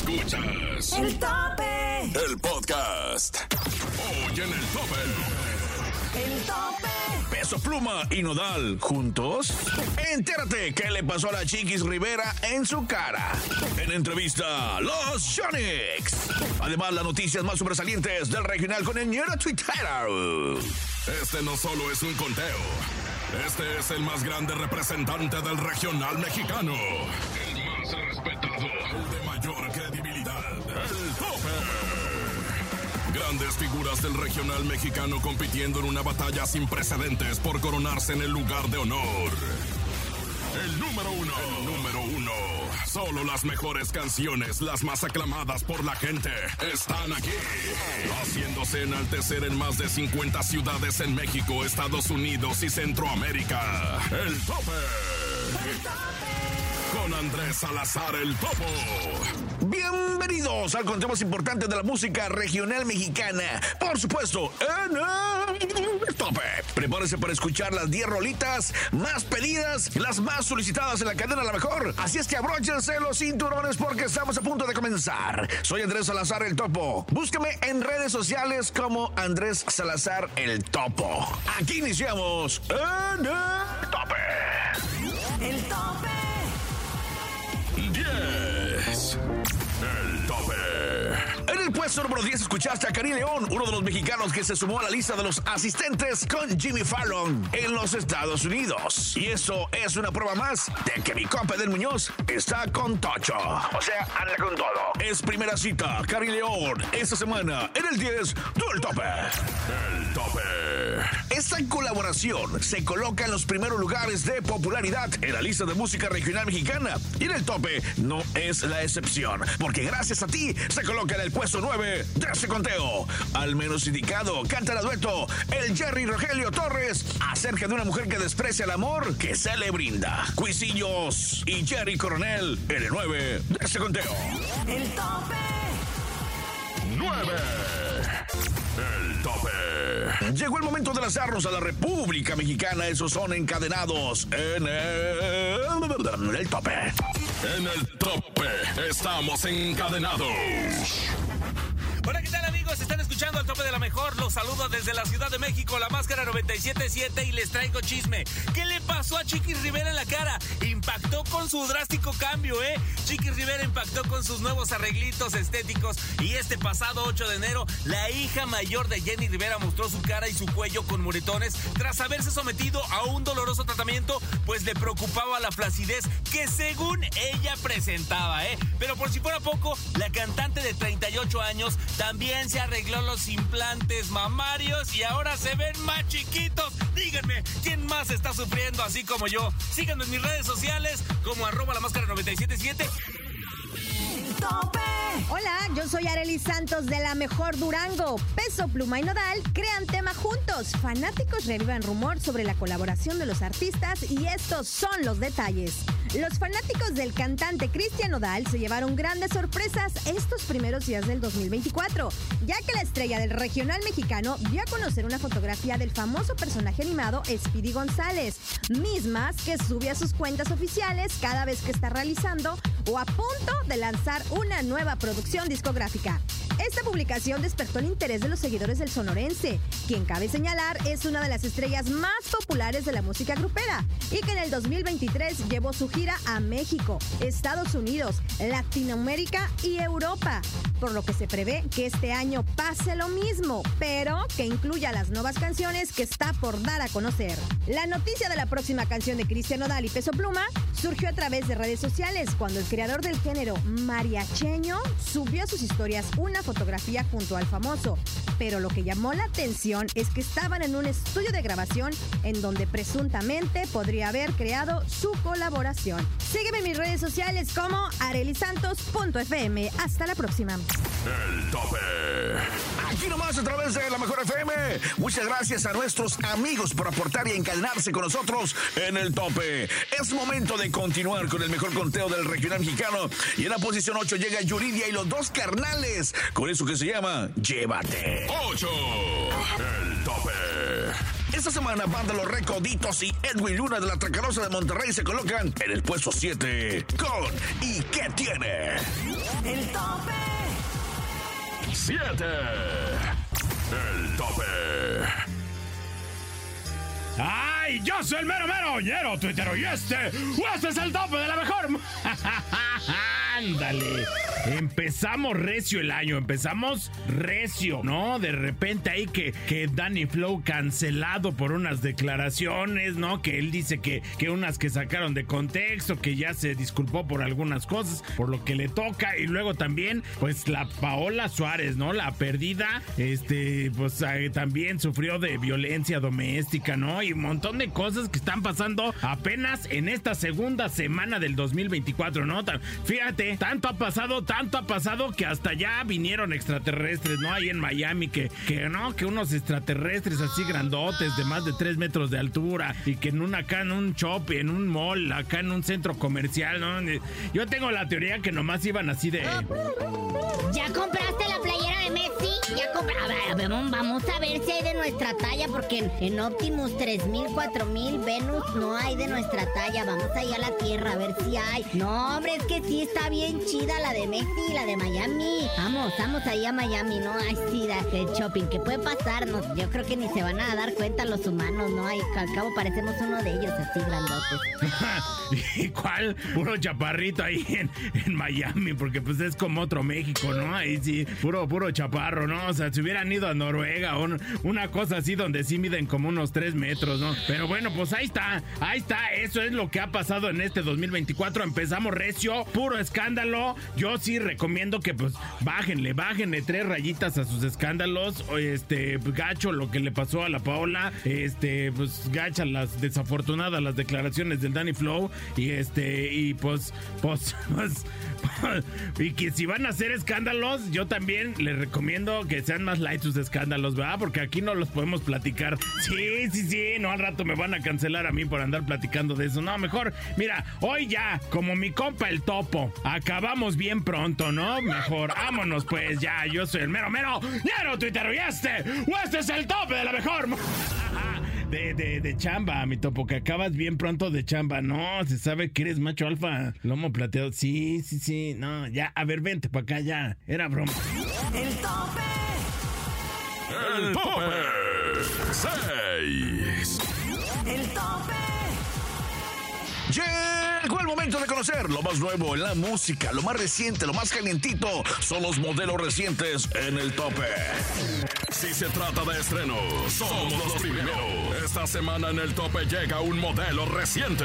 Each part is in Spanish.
Escuchas El Tope, el podcast. Hoy en el Tope. el Tope. Peso Pluma y Nodal juntos. Entérate qué le pasó a la Chiquis Rivera en su cara. En entrevista, los Sonics. Además, las noticias más sobresalientes del regional con el ñero tuitero. Este no solo es un conteo. Este es el más grande representante del regional mexicano. El más respetado. El de mayor credibilidad. El Tope. Grandes figuras del regional mexicano compitiendo en una batalla sin precedentes por coronarse en el lugar de honor. El número uno. El número uno. Solo las mejores canciones, las más aclamadas por la gente, están aquí. Haciéndose enaltecer en más de 50 ciudades en México, Estados Unidos y Centroamérica. El Tope. Con Andrés Salazar, el Topo. Bienvenidos al conteo más importante de la música regional mexicana. Por supuesto, en el Tope. Prepárense para escuchar las 10 rolitas más pedidas, las más solicitadas en la cadena La Mejor. Así es que abróchense los cinturones porque estamos a punto de comenzar. Soy Andrés Salazar, el Topo. Búscame en redes sociales como Andrés Salazar, el Topo. Aquí iniciamos en el Tope. El Tope. 10. El Tope. En el puesto número 10 escuchaste a Karim León, uno de los mexicanos que se sumó a la lista de los asistentes con Jimmy Fallon en los Estados Unidos. Y eso es una prueba más de que mi compa Edel Muñoz está con Tocho. O sea, anda con todo. Es primera cita, Karim León, esta semana en el 10 del Tope. El Tope. Esta colaboración se coloca en los primeros lugares de popularidad en la lista de música regional mexicana. Y en el Tope no es la excepción, porque gracias a ti se coloca en el puesto 9 de este conteo. Al menos indicado, canta el dueto el Jerry Rogelio Torres acerca de una mujer que desprecia el amor que se le brinda. Cuisillos y Jerry Coronel en el 9 de este conteo. El Tope. 9. El Tope. Llegó el momento de lanzarnos a la República Mexicana. Esos son encadenados en el Tope. En el Tope estamos encadenados. Hola, ¿qué tal, amigos? Están escuchando al Tope de la Mejor. Los saludo desde la Ciudad de México, La Máscara 97.7, y les traigo chisme. ¿Qué le pasó a Chiquis Rivera en la cara? Impactó con su drástico cambio, ¿eh? Chiquis Rivera impactó con sus nuevos arreglitos estéticos, y este pasado 8 de enero, la hija mayor de Jenny Rivera mostró su cara y su cuello con moretones tras haberse sometido a un doloroso tratamiento, pues le preocupaba la flacidez que según ella presentaba, ¿eh? Pero por si fuera poco, la cantante de 38 años también se arregló los implantes mamarios y ahora se ven más chiquitos. Díganme, ¿quién más está sufriendo así como yo? Síganme en mis redes sociales como @lamascara977. Tope. Hola, yo soy Arely Santos de La Mejor Durango. Peso Pluma y Nodal crean tema juntos. Fanáticos revivan rumor sobre la colaboración de los artistas y estos son los detalles. Los fanáticos del cantante Cristian Nodal se llevaron grandes sorpresas estos primeros días del 2024, ya que la estrella del regional mexicano dio a conocer una fotografía del famoso personaje animado Speedy González, mismas que sube a sus cuentas oficiales cada vez que está realizando o a punto de lanzar una nueva producción discográfica. Esta publicación despertó el interés de los seguidores del sonorense, quien cabe señalar es una de las estrellas más populares de la música grupera y que en el 2023 llevó su gira a México, Estados Unidos, Latinoamérica y Europa, por lo que se prevé que este año pase lo mismo, pero que incluya las nuevas canciones que está por dar a conocer. La noticia de la próxima canción de Cristian Nodal y Peso Pluma surgió a través de redes sociales cuando el creador del género mariacheño subió a sus historias una fotografía junto al famoso, pero lo que llamó la atención es que estaban en un estudio de grabación en donde presuntamente podría haber creado su colaboración. Sígueme en mis redes sociales como arelysantos.fm. Hasta la próxima. El Tope. Aquí nomás a través de La Mejor FM. Muchas gracias a nuestros amigos por aportar y encadenarse con nosotros en el Tope. Es momento de continuar con el mejor conteo del regional mexicano. Y en la posición 8 llega Yuridia y los dos carnales con eso que se llama Llévate. 8. El Tope. Esta semana, Banda Los Recoditos y Edwin Luna de la Tracalosa de Monterrey se colocan en el puesto 7 con ¿Y qué tiene? El tope. 7. El tope. ¡Ay! Yo soy el mero ñero tuitero y este es el tope de la mejor. ¡Ándale! Empezamos recio el año, empezamos recio, ¿no? De repente ahí que Danny Flow cancelado por unas declaraciones, ¿no? Que él dice que unas que sacaron de contexto, que ya se disculpó por algunas cosas, por lo que le toca. Y luego también, pues la Paola Suárez, ¿no? La perdida, pues también sufrió de violencia doméstica, ¿no? Y un montón de cosas que están pasando apenas en esta segunda semana del 2024, ¿no? Fíjate, tanto ha pasado que hasta ya vinieron extraterrestres, ¿no? Ahí en Miami, que unos extraterrestres así grandotes de más de 3 metros de altura y que en un shopping, en un mall, acá en un centro comercial, ¿no? Yo tengo la teoría que nomás iban así de... ¿Ya compraste la playera de Messi? A ver, vamos a ver si hay de nuestra talla, porque en Optimus 3000, 4000, Venus no hay de nuestra talla. Vamos allá a la Tierra a ver si hay. No, hombre, es que sí está bien chida la de Messi y la de Miami. Vamos allá a Miami, ¿no? Ay, sí, el shopping, ¿qué puede pasarnos? Yo creo que ni se van a dar cuenta los humanos, ¿no? Ay, al cabo parecemos uno de ellos, así grandotes. ¿Y cuál? Puro chaparrito ahí en Miami, porque pues es como otro México, ¿no? Ahí sí, puro chaparro, ¿no? O sea, si hubieran ido a Noruega o una cosa así donde sí miden como unos 3 metros, ¿no? Pero bueno, pues ahí está, eso es lo que ha pasado en este 2024. Empezamos recio, puro escándalo. Yo sí recomiendo que pues bájenle 3 rayitas a sus escándalos. Gacho lo que le pasó a la Paola, pues gacha las desafortunadas las declaraciones del Danny Flow y pues y que si van a hacer escándalos, yo también les recomiendo que sean más light sus escándalos, ¿verdad? Porque aquí no los podemos platicar. Sí, no, al rato me van a cancelar a mí por andar platicando de eso. No, mejor, mira, hoy ya, como mi compa el Topo, acabamos bien pronto, ¿no? Mejor, vámonos pues, ya, yo soy el mero ñero tuitero y este es el tope de la mejor. De chamba, mi Topo, que acabas bien pronto de chamba. No, se sabe que eres macho alfa, lomo plateado. Sí, no, ya, a ver, vente para acá, ya, era broma. El tope. El tope. 6. El tope. Llegó el momento de conocer lo más nuevo en la música, lo más reciente, lo más calientito. Son los modelos recientes en el tope. Si se trata de estrenos, somos los primeros. Esta semana en el tope llega un modelo reciente.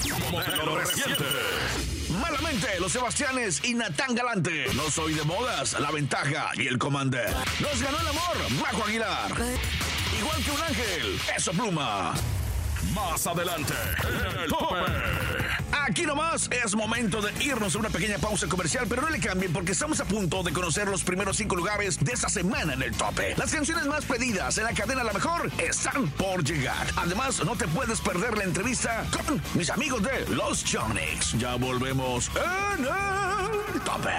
Malamente, los Sebastianes y Natán Galante. No soy de modas, La Ventaja y El Commander. Nos ganó el amor, Majo Aguilar. Igual que un ángel, Peso Pluma. Más adelante, en el tope. Aquí nomás es momento de irnos a una pequeña pausa comercial, pero no le cambien porque estamos a punto de conocer los primeros 5 lugares de esta semana en el tope. Las canciones más pedidas en la cadena La Mejor están por llegar. Además, no te puedes perder la entrevista con mis amigos de Los Chonics. Ya volvemos en el tope.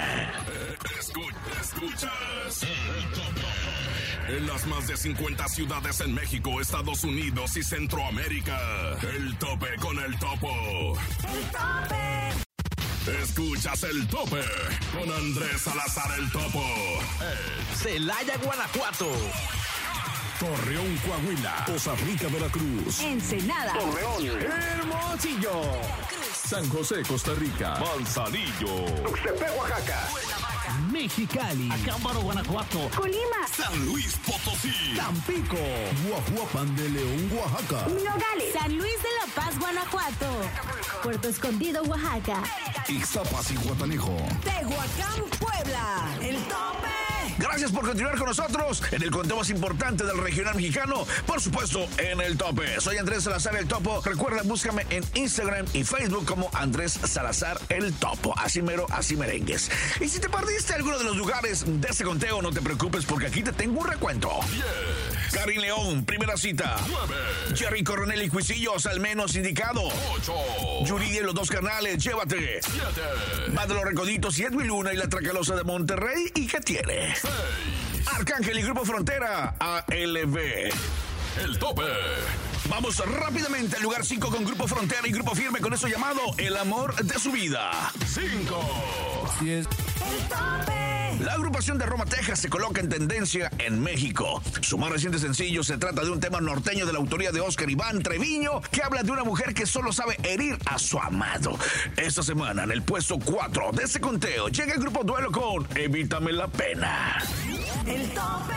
Escuchas el tope. En las más de 50 ciudades en México, Estados Unidos y Centroamérica. El tope con el Topo. El tope. Escuchas el tope con Andrés Salazar el Topo. Celaya, Guanajuato. Torreón, Coahuila. Poza Rica, Veracruz. Ensenada. Torreón. Hermosillo. San José, Costa Rica. Manzanillo. Tuxtepec, Oaxaca. Mexicali. Acámbaro, Guanajuato. Colima. San Luis Potosí. Tampico. Guajuapan de León, Oaxaca. Nogales. San Luis de la Paz, Guanajuato. Puerto Escondido, Oaxaca. Ixtapas y Guatanejo. Tehuacán, Puebla. El tope. Gracias por continuar con nosotros en el conteo más importante del regional mexicano, por supuesto, en el tope. Soy Andrés Salazar el Topo. Recuerda, búscame en Instagram y Facebook como Andrés Salazar el Topo. Así mero, así merengues. Y si te perdiste alguno de los lugares de este conteo, no te preocupes porque aquí te tengo un recuento. 10. Karin León, primera cita. 9. Jerry Coronel y Cuisillos, al menos indicado. 8. Yuridia y los dos carnales, llévate. 7. Banda Los Recoditos y Edwin Luna y la Tracalosa de Monterrey. ¿Y qué tiene? 6. Arcángel y Grupo Frontera, ALB. El tope. Vamos rápidamente al lugar 5 con Grupo Frontera y Grupo Firme con eso llamado El Amor de su Vida. 5. El tope. La agrupación de Roma, Texas se coloca en tendencia en México. Su más reciente sencillo se trata de un tema norteño de la autoría de Oscar Iván Treviño que habla de una mujer que solo sabe herir a su amado. Esta semana en el puesto 4 de ese conteo llega el Grupo Duelo con Evítame la Pena. El tope.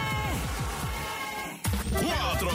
4.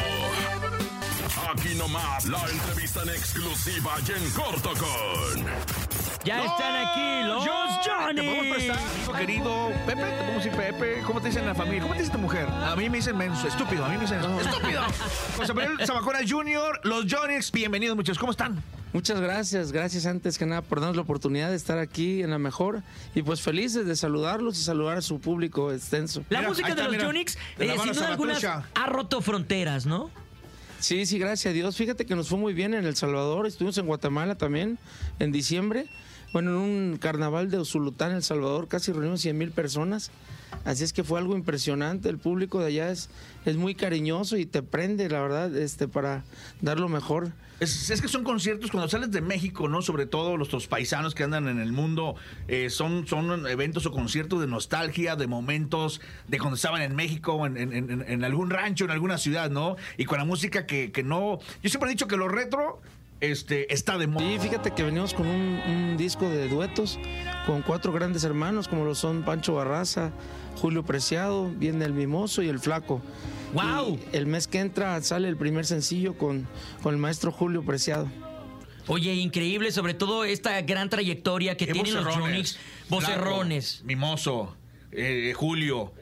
Aquí nomás la entrevista en exclusiva y en corto con... Ya están aquí los Johnny. ¿Te podemos prestar, hijo querido? Pepe, ¿te podemos decir Pepe? ¿Cómo te dicen en la familia? ¿Cómo te dice tu mujer? A mí me dicen menso, estúpido. A mí me dicen estúpido. José Manuel Zamacona Jr., los Johnny's. Bienvenidos, muchachos. ¿Cómo están? Muchas gracias, gracias antes que nada por darnos la oportunidad de estar aquí en La Mejor y pues felices de saludarlos y saludar a su público extenso. La música de los Johnny's, sin duda alguna, ha roto fronteras, ¿no? Sí, gracias a Dios. Fíjate que nos fue muy bien en El Salvador, estuvimos en Guatemala también en diciembre. Bueno, en un carnaval de Usulután, El Salvador, casi reunimos 100,000 personas. Así es que fue algo impresionante. El público de allá es muy cariñoso y te prende, la verdad, para dar lo mejor. Es que son conciertos cuando sales de México, ¿no? Sobre todo los paisanos que andan en el mundo, son eventos o conciertos de nostalgia, de momentos de cuando estaban en México o en algún rancho, en alguna ciudad, ¿no? Y con la música que no... Yo siempre he dicho que lo retro... está de moda. Sí, fíjate que venimos con un disco de duetos con 4 grandes hermanos como lo son Pancho Barraza, Julio Preciado, viene el Mimoso y el Flaco. ¡Wow! Y el mes que entra sale el primer sencillo con el maestro Julio Preciado. Oye, increíble, sobre todo esta gran trayectoria que tienen los Johnny's. Vocerrones. Mimoso, Julio,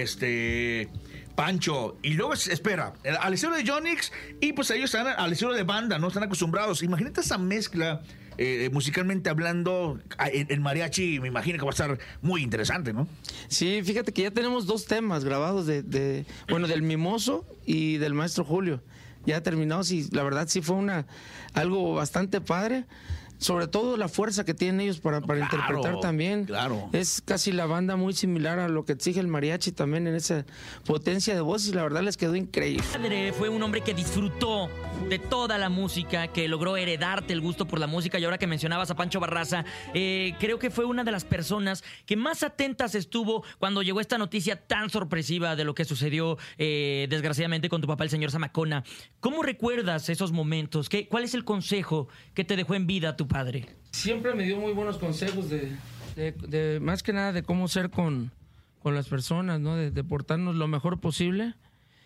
Pancho, y luego espera, al estilo de Johnny's, y pues ellos están al estilo de banda, no están acostumbrados. Imagínate esa mezcla, musicalmente hablando, en mariachi, me imagino que va a estar muy interesante, ¿no? Sí, fíjate que ya tenemos 2 temas grabados del Mimoso y del maestro Julio, ya terminados, y la verdad sí fue algo bastante padre. Sobre todo la fuerza que tienen ellos para interpretar también. Claro. Es casi la banda muy similar a lo que exige el mariachi también en esa potencia de voz, y la verdad les quedó increíble. Tu padre fue un hombre que disfrutó de toda la música, que logró heredarte el gusto por la música, y ahora que mencionabas a Pancho Barraza, creo que fue una de las personas que más atentas estuvo cuando llegó esta noticia tan sorpresiva de lo que sucedió desgraciadamente con tu papá, el señor Zamacona. ¿Cómo recuerdas esos momentos? ¿Cuál es el consejo que te dejó en vida tu padre? Siempre me dio muy buenos consejos de más que nada de cómo ser con las personas, ¿no? De portarnos lo mejor posible.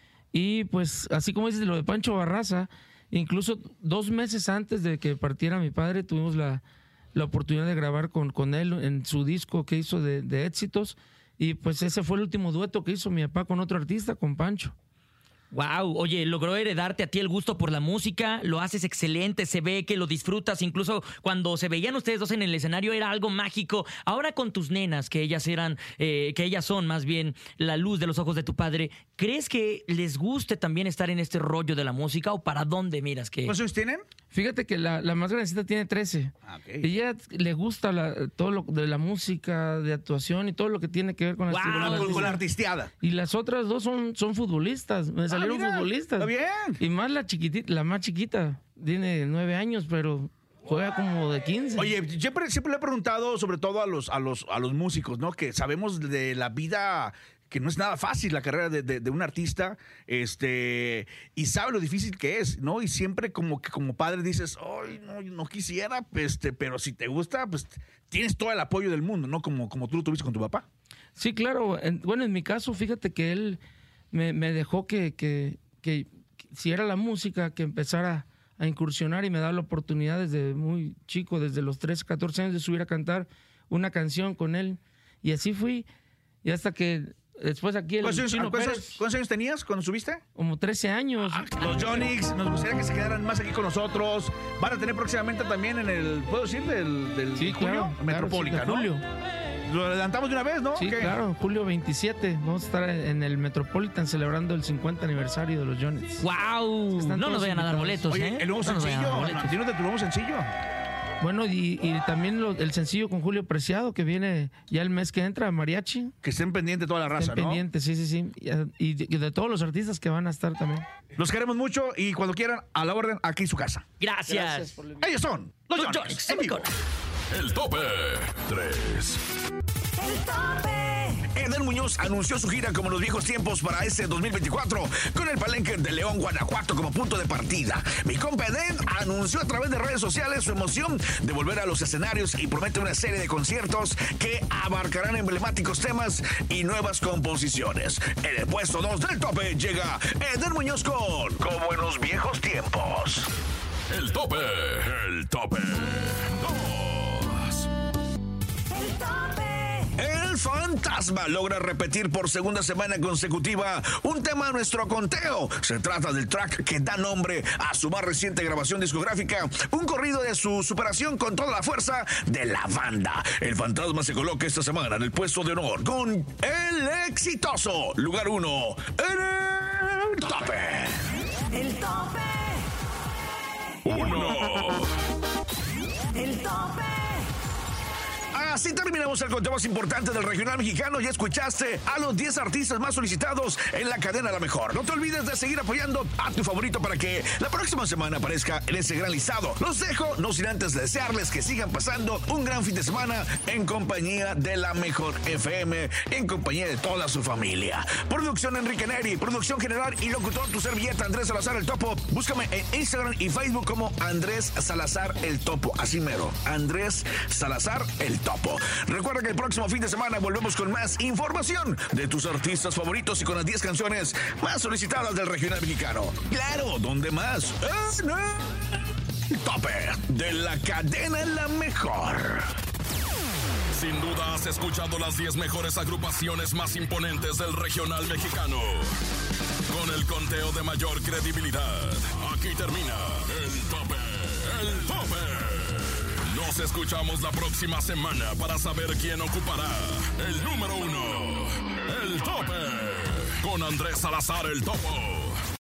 Y pues así como dices lo de Pancho Barraza, incluso 2 meses antes de que partiera mi padre tuvimos la oportunidad de grabar con él en su disco que hizo de éxitos, y pues ese fue el último dueto que hizo mi papá con otro artista, con Pancho. Wow, oye, logró heredarte a ti el gusto por la música, lo haces excelente, se ve que lo disfrutas, incluso cuando se veían ustedes dos en el escenario era algo mágico. Ahora con tus nenas, que ellas son más bien la luz de los ojos de tu padre, ¿crees que les guste también estar en este rollo de la música o para dónde miras que? ¿Cuántos años tienen? Fíjate que la más grandecita tiene 13. Okay. Y ella le gusta todo lo de la música, de actuación y todo lo que tiene que ver con con la artisteada. Y las otras 2 son futbolistas. Me salieron futbolistas. Está bien. Y más la más chiquita, tiene 9 años, pero juega como de 15. Oye, siempre le he preguntado, sobre todo a los músicos, ¿no? Que sabemos de la vida, que no es nada fácil la carrera de un artista, y sabe lo difícil que es, ¿no? Y siempre como padre dices, ay, no quisiera, pero si te gusta, pues tienes todo el apoyo del mundo, ¿no? Como tú lo tuviste con tu papá. Sí, claro. Bueno, en mi caso, fíjate que él me dejó que si era la música, que empezara a incursionar, y me daba la oportunidad desde muy chico, desde los 13, 14 años, de subir a cantar una canción con él. Y así fui, y hasta que después aquí ¿Cuántos años tenías cuando subiste? Como 13 años. Los Johnny's, nos gustaría que se quedaran más aquí con nosotros. Van a tener próximamente también en el, ¿puedo decir? Del sí, julio, claro, Metropolitan, claro, sí, de ¿no? julio. Lo adelantamos de una vez, ¿no? Sí, ¿Qué? claro, julio 27. Vamos a estar en el Metropolitan celebrando el 50 aniversario de los Johnny's. ¡Wow! No nos vayan a dar boletos, Oye, el nuevo sencillo, dinos de tu nuevo sencillo. Bueno, y también el sencillo con Julio Preciado, que viene ya el mes que entra, Mariachi. Que estén pendientes toda la raza, Estén ¿no? pendientes, sí. Y de todos los artistas que van a estar también. Los queremos mucho y cuando quieran, a la orden, aquí en su casa. Gracias. Ellos son los Yonix, en vivo. El tope 3. El tope. Eden Muñoz anunció su gira como en los viejos tiempos para este 2024 con el Palenque de León, Guanajuato como punto de partida. Mi compa Eden anunció a través de redes sociales su emoción de volver a los escenarios y promete una serie de conciertos que abarcarán emblemáticos temas y nuevas composiciones. En el puesto 2 del tope llega Eden Muñoz con Como en los viejos tiempos. El tope 2. El tope. El Fantasma logra repetir por segunda semana consecutiva un tema a nuestro conteo. Se trata del track que da nombre a su más reciente grabación discográfica, un corrido de su superación con toda la fuerza de la banda. El Fantasma se coloca esta semana en el puesto de honor con el exitoso lugar 1 en el tope. El tope. 1. El tope. Así terminamos el conteo más importante del regional mexicano. Ya escuchaste a los 10 artistas más solicitados en la cadena La Mejor. No te olvides de seguir apoyando a tu favorito para que la próxima semana aparezca en ese gran listado. Los dejo, no sin antes desearles que sigan pasando un gran fin de semana en compañía de La Mejor FM, en compañía de toda su familia. Producción Enrique Neri, producción general y locutor tu servilleta Andrés Salazar el Topo. Búscame en Instagram y Facebook como Andrés Salazar el Topo. Así mero, Andrés Salazar el Topo. Recuerda que el próximo fin de semana volvemos con más información de tus artistas favoritos y con las 10 canciones más solicitadas del regional mexicano. Claro, ¿dónde más? En el tope de la cadena La Mejor. Sin duda has escuchado las 10 mejores agrupaciones más imponentes del regional mexicano. Con el conteo de mayor credibilidad. Aquí termina el tope. El tope. Nos escuchamos la próxima semana para saber quién ocupará el número 1. El tope. Con Andrés Salazar el Topo.